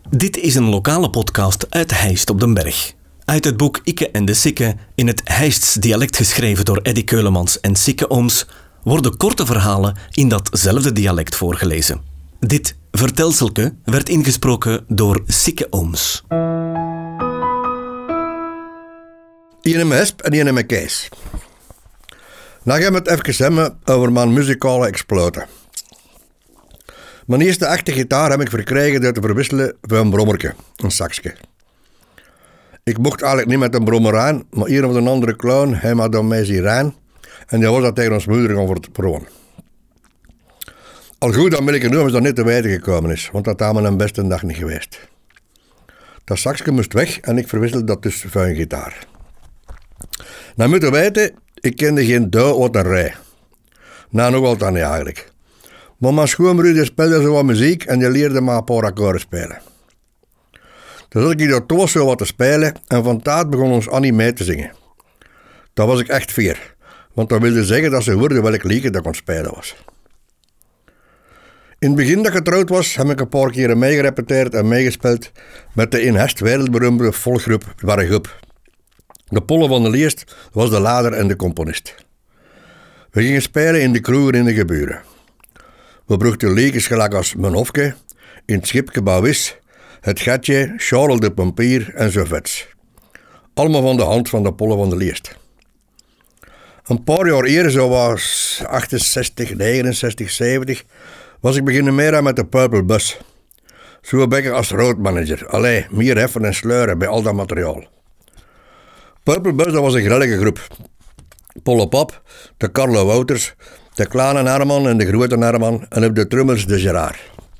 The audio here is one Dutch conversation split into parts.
Dit is een lokale podcast uit Heist op den Berg. Uit het boek Ikke en de Sikke, in het Heists dialect geschreven door Eddy Keulemans en Sikke Ooms, worden korte verhalen in datzelfde dialect voorgelezen. Dit vertelselke werd ingesproken door Sikke Ooms. Ene met Hesp en ene met Kees. Nou gaan we het even hebben over mijn muzikale exploten. Mijn eerste echte gitaar heb ik verkregen door te verwisselen voor een brommerke, een saxje. Ik mocht eigenlijk niet met een brommer aan, maar een of de andere clown, hij had dan mij zien rijden en die was dat tegen ons moeder gaan verproen. Al goed dat Milke Noems dat niet te weten gekomen is, want dat had me een beste dag niet geweest. Dat saxje moest weg en ik verwisselde dat dus voor een gitaar. Nou moet je weten, ik kende geen dou uit een rij. Nou, nog altijd niet eigenlijk. Maar mijn schoonbroer speelde zo wat muziek en die leerde me een paar akkoorden spelen. Dus had ik hier thuis zo wat te spelen en van taart begon ons Annie mee te zingen. Dat was ik echt fier, want dat wilde zeggen dat ze hoorde welk liedje dat kon spelen was. In het begin dat ik getrouwd was, heb ik een paar keren meegerepeteerd en meegespeeld met de in Hest wereldberoemde volkgroep Warregup. De Polle van de Leest was de lader en de componist. We gingen spelen in de kroegen in de geburen. We brachten liedjes gelijk als Mijn Hofke, In het Schipke Bouwis, Het Gatje, Charles de Pompier en zo vets. Allemaal van de hand van de Polle van de Leest. Een paar jaar eerder, zo was 68, 69, 70, was ik beginnen meer met de Purple Bus. Zo ben ik als roadmanager. Allee, meer heffen en sleuren bij al dat materiaal. Purple Bus, dat was een grillige groep. Polle Pap, de Carlo Wouters, de kleine Herman en de grote Herman en op de trummels de Gerard.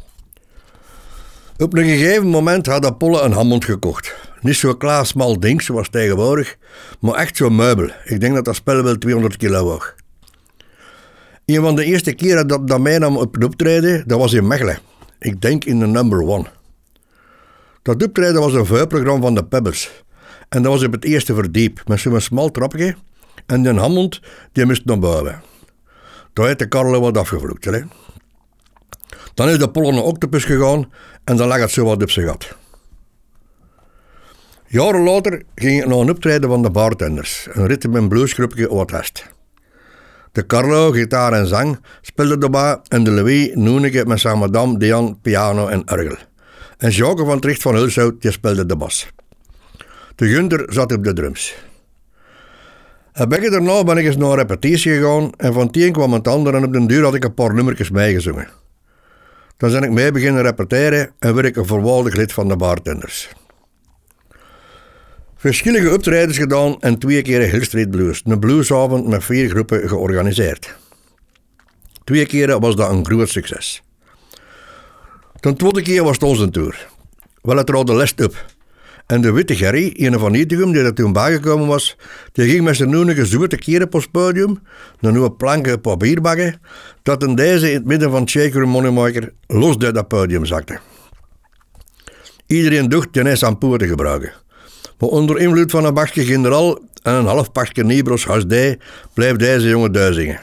Op een gegeven moment had de Polle een Hammond gekocht. Niet zo'n klaar smal ding zoals tegenwoordig, maar echt zo'n meubel. Ik denk dat dat spel wel 200 kilo woog. Een van de eerste keren dat mij nam op het optreden, dat was in Mechelen. Ik denk in de number 1. Dat optreden was een vuurprogramma van de Pebbles. En dat was op het eerste verdiep, met zo'n smal trapje. En die Hammond, die moest naar boven. Daar heeft de Carlo wat afgevloekt. Hè. Dan is de Polle naar Octopus gegaan en dan lag het zo wat op zijn gat. Jaren later ging ik naar een optreden van de Bartenders, een rhythm en bluesgroepje uit Hest. De Carlo, gitaar en zang, speelde erbij en de Louis, Noeneke met zijn madame, Diane, piano en orgel. En Jacques van Tricht van Hulshout, die speelde de bas. De Gunther zat op de drums. Een beetje daarna ben ik eens naar een repetitie gegaan en van het een kwam het ander en op den duur had ik een paar nummertjes meegezongen. Dan ben ik mee beginnen repeteren en werd ik een volwaardig lid van de Bartenders. Verschillende optredens gedaan en 2 keer Hill Street Blues, een bluesavond met 4 groepen georganiseerd. 2 keren was dat een groot succes. De tweede keer was het onze tour. Wel, het rode lest op. En de witte Gerry, een van Nietigum die er toen bijgekomen was, die ging met zijn noenige zo te keren op het podium, een nieuwe planken papierbakken, dat een deze in het midden van Shaker Moneymaker los uit dat podium zakte. Iedereen dacht die is aan poer te gebruiken. Maar onder invloed van een bakje generaal en een half pakje Nibros HD bleef deze jongen duizingen.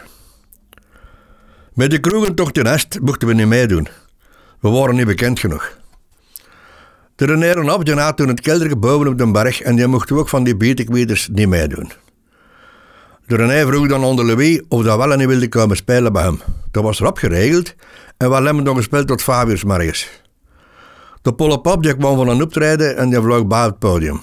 Met de kroegentocht in Hest mochten we niet meedoen. We waren niet bekend genoeg. De René Renap die had toen het kelderke boven op de berg en die mocht ook van die beatekwieters niet meedoen. De René vroeg dan aan de Louis of dat wel en niet wilde komen spelen bij hem. Dat was rap geregeld en we hebben dan gespeeld tot 5 uur 's morgens. De Polle Pap die kwam van een optreden en die vloog bij het podium.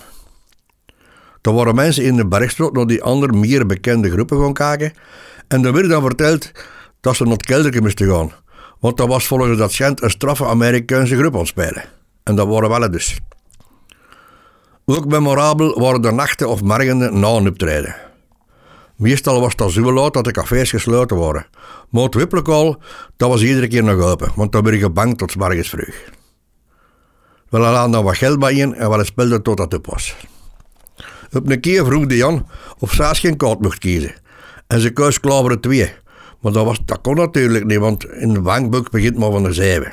Er waren mensen in de Bergstraat naar die andere meer bekende groepen gaan kijken en er werd dan verteld dat ze naar het kelderke moesten gaan, want dat was volgens dat schijnt een straffe Amerikaanse groep aan het spelen. En dat waren wel dus. Ook memorabel waren de nachten of morgenen na een optreden. Meestal was dat zo laat dat de cafés gesloten waren. Maar het wiplokaal, dat was iedere keer nog open, want dan werd je bang tot 's morgens vroeg. We hadden dan wat geld bij in en we speelden tot dat op was. Op een keer vroeg de Jan of Saas geen kaart mocht kiezen. En ze koos Klaveren 2. Maar dat kon natuurlijk niet, want in de bankboek begint maar van de 7.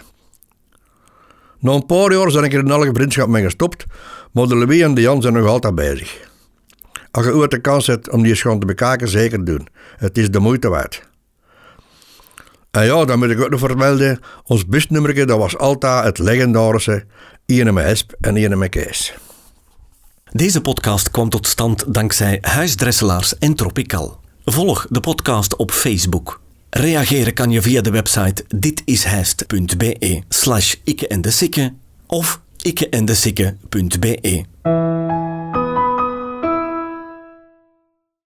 Na een paar jaar ben ik er in elke vriendschap mee gestopt, maar de Louis en de Jan zijn nog altijd bezig. Als je ooit de kans hebt om die eens gewoon te bekijken, zeker doen. Het is de moeite waard. En ja, dan moet ik ook nog vermelden, ons busnummerke, dat was altijd het legendarische 1 met Hesp en 1 met Kees. Deze podcast kwam tot stand dankzij Huisdresselaars en Tropical. Volg de podcast op Facebook. Reageren kan je via de website ditishijst.be/ikke-en-de-sikke of ikke-en-de-sikke.be.